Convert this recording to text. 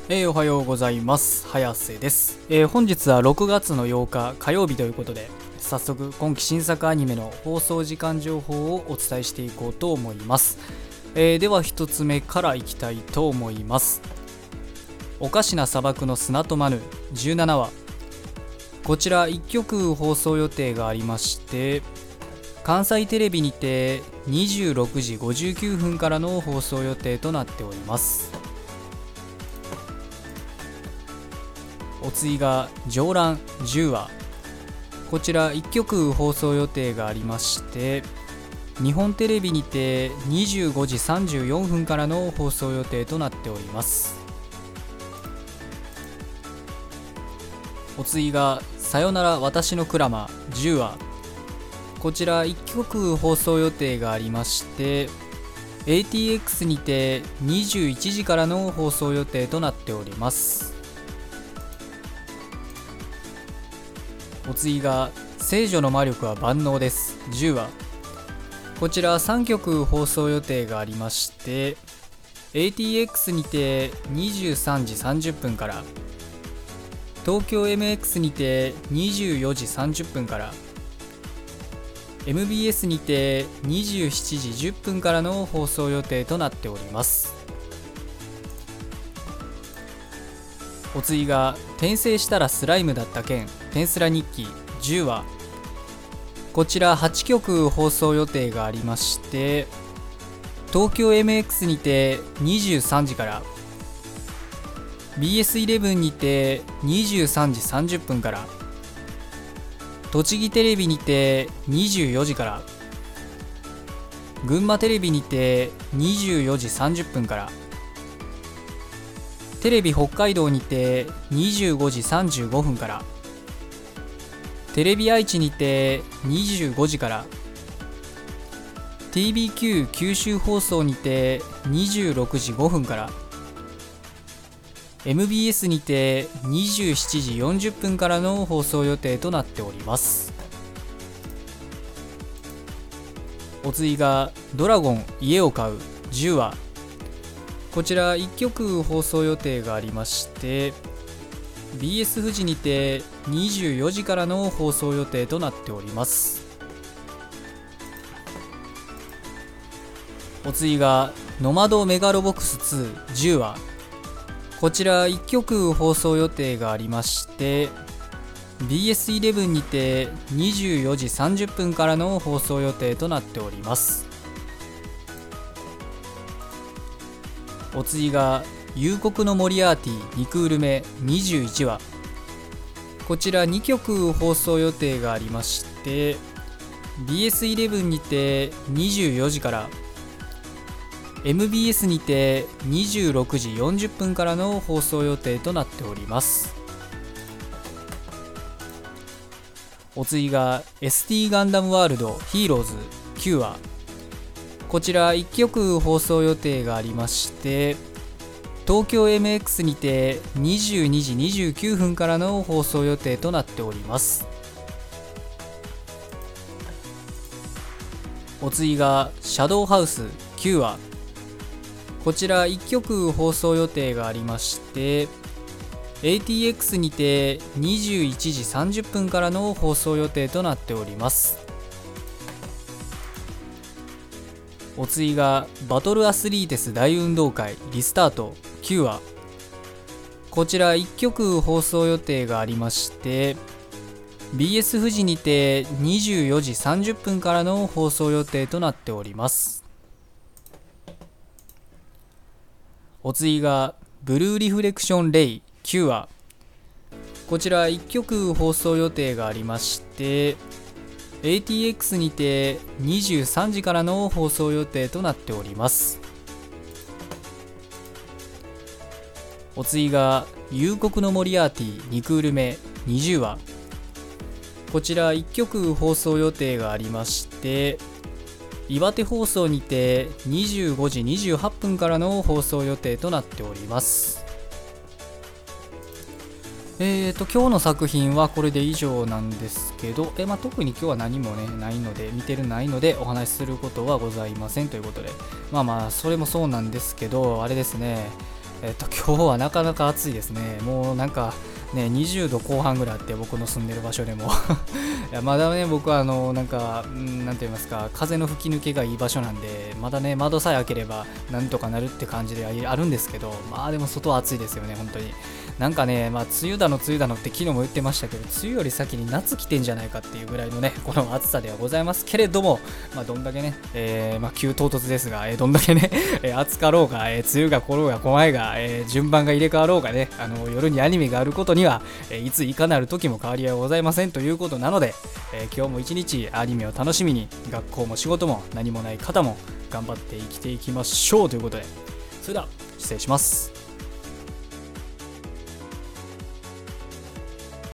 おはようございます。早瀬です。本日は6月の8日火曜日ということで、早速今期新作アニメの放送時間情報をお伝えしていこうと思います。では1つ目からいきたいと思います。おかしな砂漠の砂とマヌ17話、こちら1曲放送予定がありまして、関西テレビにて26時59分からの放送予定となっております。お次が上覧10話、こちら1曲放送予定がありまして、日本テレビにて25時34分からの放送予定となっております。お次がさよなら私のクラマ10話、こちら1曲放送予定がありまして、 ATX にて21時からの放送予定となっております。お次が聖女の魔力は万能です10話、こちら3曲放送予定がありまして、 ATX にて23時30分から、東京 MX にて24時30分から、 MBS にて27時10分からの放送予定となっております。お次が転生したらスライムだった件転スラ日記10話、こちら8曲放送予定がありまして、東京 MX にて23時から、 BS11 にて23時30分から、栃木テレビにて24時から、群馬テレビにて24時30分から、テレビ北海道にて25時35分から、テレビ愛知にて25時から、 TBQ 九州放送にて26時5分から、 MBS にて27時40分からの放送予定となっております。お次がドラゴン家を買う10話、こちら1曲放送予定がありまして、 BS 富士にて24時からの放送予定となっております。お次がノマドメガロボックス2 10話、こちら1曲放送予定がありまして、 BS11 にて24時30分からの放送予定となっております。お次が夕刻のモリアーティ2クール目21話、こちら2曲放送予定がありまして、 BS11 にて24時から、 MBS にて26時40分からの放送予定となっております。お次が ST ガンダムワールドヒーローズ9話、こちら1曲放送予定がありまして、東京 MX にて22時29分からの放送予定となっております。お次がシャドウハウス9話、こちら1曲放送予定がありまして、 ATX にて21時30分からの放送予定となっております。お次がバトルアスリーテス大運動会リスタート9話、こちら1曲放送予定がありまして、 BS 富士にて24時30分からの放送予定となっております。お次がブルーリフレクションレイ9話、こちら1曲放送予定がありまして、ATX にて23時からの放送予定となっております。お次が夕刻のモリアーティ2クール目20話、こちら1曲放送予定がありまして、岩手放送にて25時28分からの放送予定となっております。今日の作品はこれで以上なんですけど、特に今日は何もねないので、見てるないのでお話しすることはございませんということで、それもそうなんですけど、あれですね、 今日はなかなか暑いですね。もうなんかね、20度後半ぐらいあって、僕の住んでる場所でもいやまだね、僕はなんか、なんて言いますか、風の吹き抜けがいい場所なんで、まだね、窓さえ開ければなんとかなるって感じであるんですけど、まあでも外は暑いですよね、本当に。なんかね、まあ梅雨だの梅雨だのって昨日も言ってましたけど、梅雨より先に夏来てんじゃないかっていうぐらいのね、この暑さではございますけれども、まあどんだけね、急唐突ですが、どんだけね、暑かろうが、梅雨が来ろうが来まいが、順番が入れ替わろうがね、夜にアニメがあることには、いついかなる時も変わりはございませんということなので、今日も一日アニメを楽しみに、学校も仕事も何もない方も頑張って生きていきましょうということで、それでは失礼します。